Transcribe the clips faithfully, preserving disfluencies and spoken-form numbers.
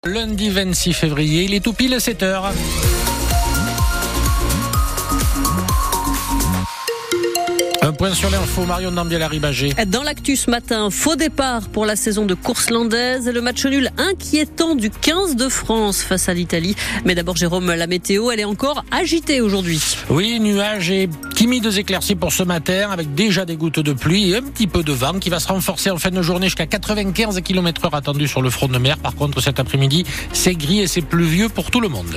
Lundi vingt-six février, il est tout pile à sept heures. Un point sur l'info, Marion Dambiel-Ribagé. Dans l'actu ce matin, faux départ pour la saison de course landaise et le match nul inquiétant du quinze de France face à l'Italie. Mais d'abord, Jérôme, la météo, elle est encore agitée aujourd'hui. Oui, nuages et timides éclaircies pour ce matin, avec déjà des gouttes de pluie et un petit peu de vent qui va se renforcer en fin de journée jusqu'à quatre-vingt-quinze kilomètres heure attendus sur le front de mer. Par contre, cet après-midi, c'est gris et c'est pluvieux pour tout le monde.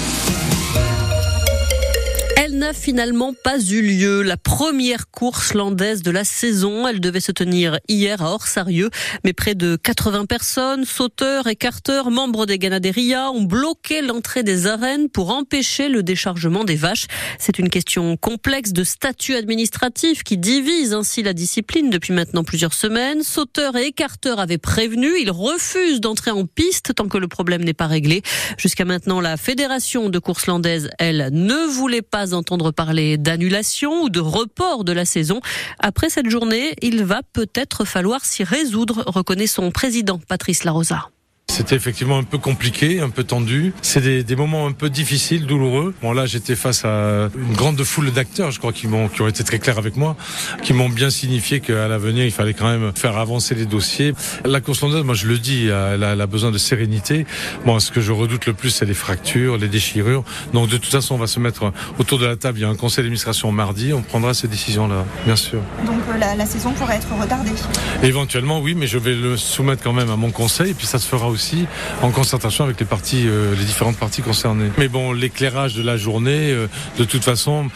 Elle n'a finalement pas eu lieu. La première course landaise de la saison, elle devait se tenir hier à Orsarieux, mais près de quatre-vingts personnes, sauteurs, écarteurs, membres des Ganaderia, ont bloqué l'entrée des arènes pour empêcher le déchargement des vaches. C'est une question complexe de statut administratif qui divise ainsi la discipline depuis maintenant plusieurs semaines. Sauteurs et écarteurs avaient prévenu, ils refusent d'entrer en piste tant que le problème n'est pas réglé. Jusqu'à maintenant, la fédération de course landaise, elle, ne voulait pas entendre parler d'annulation ou de report de la saison. Après cette journée, il va peut-être falloir s'y résoudre, reconnaît son président Patrice Larosa. C'était effectivement un peu compliqué, un peu tendu. C'est des, des moments un peu difficiles, douloureux. Bon là, j'étais face à une grande foule d'acteurs, je crois, qui m'ont, qui ont été très clairs avec moi, qui m'ont bien signifié qu'à l'avenir, il fallait quand même faire avancer les dossiers. La course landaise, moi je le dis, elle a, elle a besoin de sérénité. Bon, ce que je redoute le plus, c'est les fractures, les déchirures. Donc de toute façon, on va se mettre autour de la table. Il y a un conseil d'administration mardi, on prendra ces décisions-là, bien sûr. Donc euh, la, la saison pourrait être retardée. Éventuellement, oui, mais je vais le soumettre quand même à mon conseil, et puis ça se fera aussi en concertation avec les parties, euh, les différentes parties concernées. Mais bon, l'éclairage de la journée, euh, de toute façon,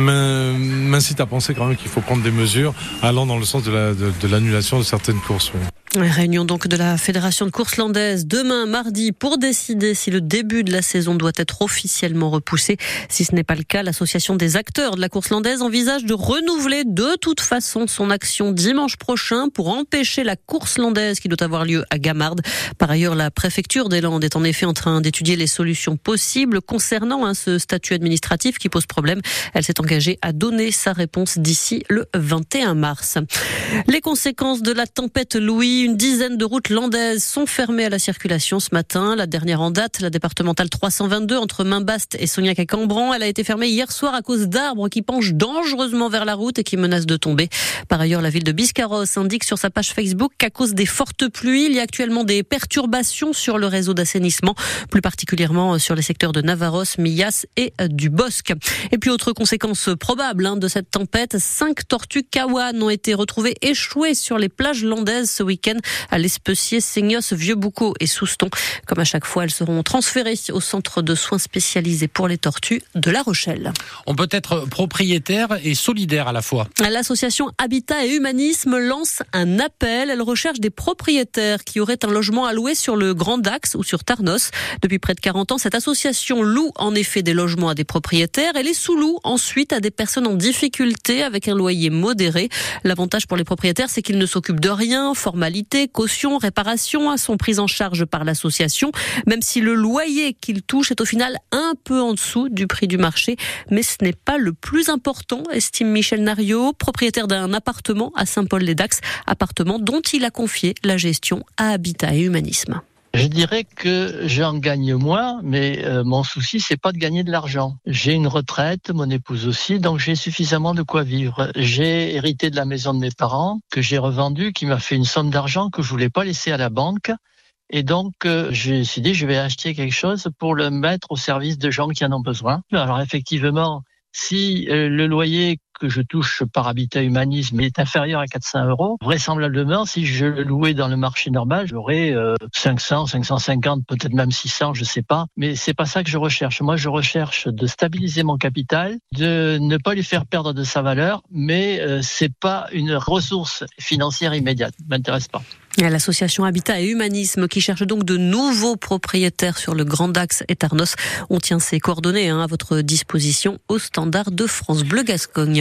m'incite à penser quand même qu'il faut prendre des mesures allant dans le sens de, la, de, de l'annulation de certaines courses. Oui. Réunion donc de la Fédération de course landaise demain mardi pour décider si le début de la saison doit être officiellement repoussé. Si ce n'est pas le cas, l'association des acteurs de la course landaise envisage de renouveler de toute façon son action dimanche prochain pour empêcher la course landaise qui doit avoir lieu à Gamarde. Par ailleurs, la préfecture des Landes est en effet en train d'étudier les solutions possibles concernant hein, ce statut administratif qui pose problème. Elle s'est engagée à donner sa réponse d'ici le vingt et un mars. Les conséquences de la tempête Louis. Une dizaine de routes landaises sont fermées à la circulation ce matin. La dernière en date, la départementale trois cent vingt-deux entre Mainbaste et Sognac à Cambran, elle a été fermée hier soir à cause d'arbres qui penchent dangereusement vers la route et qui menacent de tomber. Par ailleurs, la ville de Biscarrosse indique sur sa page Facebook qu'à cause des fortes pluies, il y a actuellement des perturbations sur le réseau d'assainissement, plus particulièrement sur les secteurs de Navarros, Millas et du Bosc. Et puis, autre conséquence probable hein, de cette tempête, cinq tortues kawan ont été retrouvées échouées sur les plages landaises ce week-end à l'Especier, Seignos, Vieux-Boucau et Souston. Comme à chaque fois, elles seront transférées au centre de soins spécialisés pour les tortues de La Rochelle. On peut être propriétaire et solidaire à la fois. L'association Habitat et Humanisme lance un appel. Elle recherche des propriétaires qui auraient un logement à louer sur le Grand Dax ou sur Tarnos. Depuis près de quarante ans, cette association loue en effet des logements à des propriétaires et les sous-loue ensuite à des personnes en difficulté avec un loyer modéré. L'avantage pour les propriétaires, c'est qu'ils ne s'occupent de rien, formalité, caution, réparation sont prises en charge par l'association, même si le loyer qu'ils touchent est au final un peu en dessous du prix du marché. Mais ce n'est pas le plus important, estime Michel Nariot, propriétaire d'un appartement à Saint-Paul-les-Dax, appartement dont il a confié la gestion à Habitat et Humanisme. Je dirais que j'en gagne moins, mais euh, mon souci, c'est pas de gagner de l'argent. J'ai une retraite, mon épouse aussi, donc j'ai suffisamment de quoi vivre. J'ai hérité de la maison de mes parents, que j'ai revendue, qui m'a fait une somme d'argent que je voulais pas laisser à la banque. Et donc, euh, je me suis dit, je vais acheter quelque chose pour le mettre au service de gens qui en ont besoin. Alors effectivement, si euh, le loyer que je touche par Habitat Humanisme est inférieur à quatre cents euros, vraisemblablement, si je le louais dans le marché normal, j'aurais euh, cinq cents, cinq cent cinquante, peut-être même six cents, je sais pas. Mais c'est pas ça que je recherche. Moi, je recherche de stabiliser mon capital, de ne pas lui faire perdre de sa valeur, mais euh, c'est pas une ressource financière immédiate. M'intéresse pas. L'association Habitat et Humanisme qui cherche donc de nouveaux propriétaires sur le Grand Dax et Tarnos. On tient ses coordonnées hein, à votre disposition au standard de France Bleu Gascogne.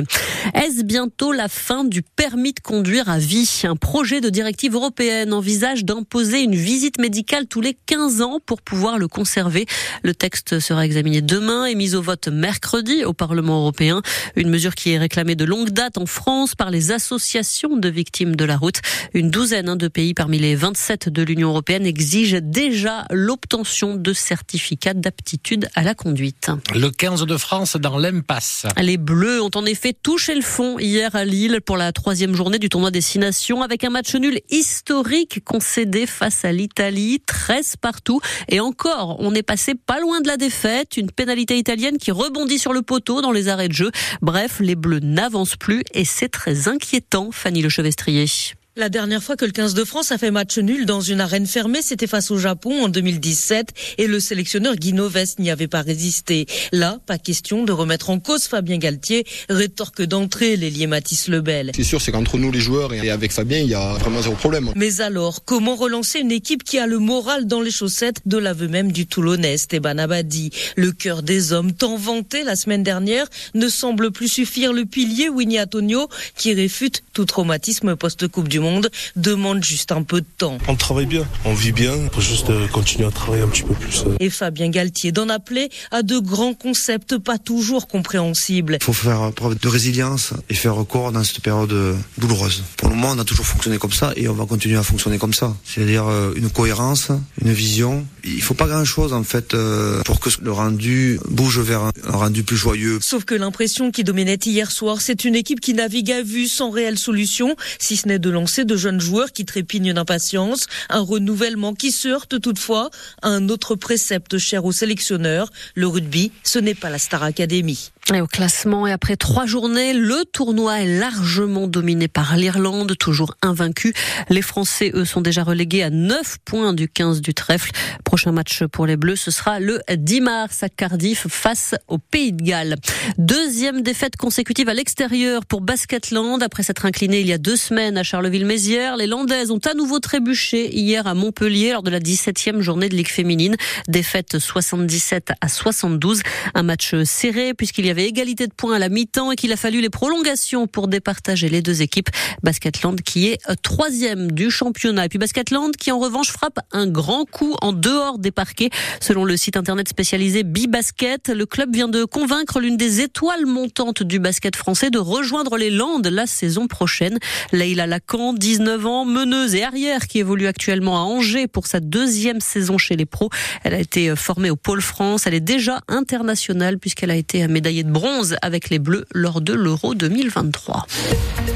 Est-ce bientôt la fin du permis de conduire à vie ? Un projet de directive européenne envisage d'imposer une visite médicale tous les quinze ans pour pouvoir le conserver. Le texte sera examiné demain et mis au vote mercredi au Parlement européen. Une mesure qui est réclamée de longue date en France par les associations de victimes de la route. Une douzaine de pays parmi les vingt-sept de l'Union européenne exigent déjà l'obtention de certificats d'aptitude à la conduite. Le quinze de France dans l'impasse. Les Bleus ont en effet touché le fond hier à Lille pour la troisième journée du tournoi Destination avec un match nul historique concédé face à l'Italie, treize partout. Et encore, on est passé pas loin de la défaite. Une pénalité italienne qui rebondit sur le poteau dans les arrêts de jeu. Bref, les Bleus n'avancent plus et c'est très inquiétant, Fanny Lechevestrier. La dernière fois que le quinze de France a fait match nul dans une arène fermée, c'était face au Japon en deux mille dix-sept et le sélectionneur Guy Novès n'y avait pas résisté. Là, pas question de remettre en cause Fabien Galtier, rétorque d'entrée l'ailier Mathis Lebel. C'est sûr, c'est qu'entre nous les joueurs et avec Fabien, il y a vraiment zéro problème. Mais alors, comment relancer une équipe qui a le moral dans les chaussettes de l'aveu même du Toulonnais Esteban Abadi ? Le cœur des hommes, tant vanté la semaine dernière, ne semble plus suffire. Le pilier Winnie Antonio, qui réfute tout traumatisme post-Coupe du Monde, demande juste un peu de temps. On travaille bien, on vit bien, il faut juste continuer à travailler un petit peu plus. Et Fabien Galtier d'en appeler à de grands concepts pas toujours compréhensibles. Il faut faire preuve de résilience et faire recours dans cette période douloureuse. Pour le moment, on a toujours fonctionné comme ça et on va continuer à fonctionner comme ça. C'est-à-dire une cohérence, une vision. Il ne faut pas grand-chose en fait pour que le rendu bouge vers un rendu plus joyeux. Sauf que l'impression qui dominait hier soir, c'est une équipe qui navigue à vue sans réelle solution, si ce n'est de lancer de jeunes joueurs qui trépignent d'impatience, un renouvellement qui se heurte toutefois à un autre précepte cher aux sélectionneurs. Le rugby, ce n'est pas la Star Academy. Et au classement, et après trois journées, le tournoi est largement dominé par l'Irlande, toujours invaincue. Les Français, eux, sont déjà relégués à neuf points du quinze du trèfle. Prochain match pour les Bleus, ce sera le dix mars à Cardiff face au Pays de Galles. Deuxième défaite consécutive à l'extérieur pour Basketland. Après s'être incliné il y a deux semaines à Charleville-Mézières, les Landaises ont à nouveau trébuché hier à Montpellier lors de la dix-septième journée de Ligue féminine. Défaite soixante-dix-sept à soixante-douze. Un match serré puisqu'il y avait égalité de points à la mi-temps et qu'il a fallu les prolongations pour départager les deux équipes. Basketland qui est troisième du championnat. Et puis Basketland qui en revanche frappe un grand coup en dehors des parquets. Selon le site internet spécialisé B-Basket, le club vient de convaincre l'une des étoiles montantes du basket français de rejoindre les Landes la saison prochaine. Leïla Lacan, dix-neuf ans, meneuse et arrière qui évolue actuellement à Angers pour sa deuxième saison chez les pros. Elle a été formée au Pôle France. Elle est déjà internationale puisqu'elle a été médaillée de bronze avec les Bleus lors de l'Euro deux mille vingt-trois.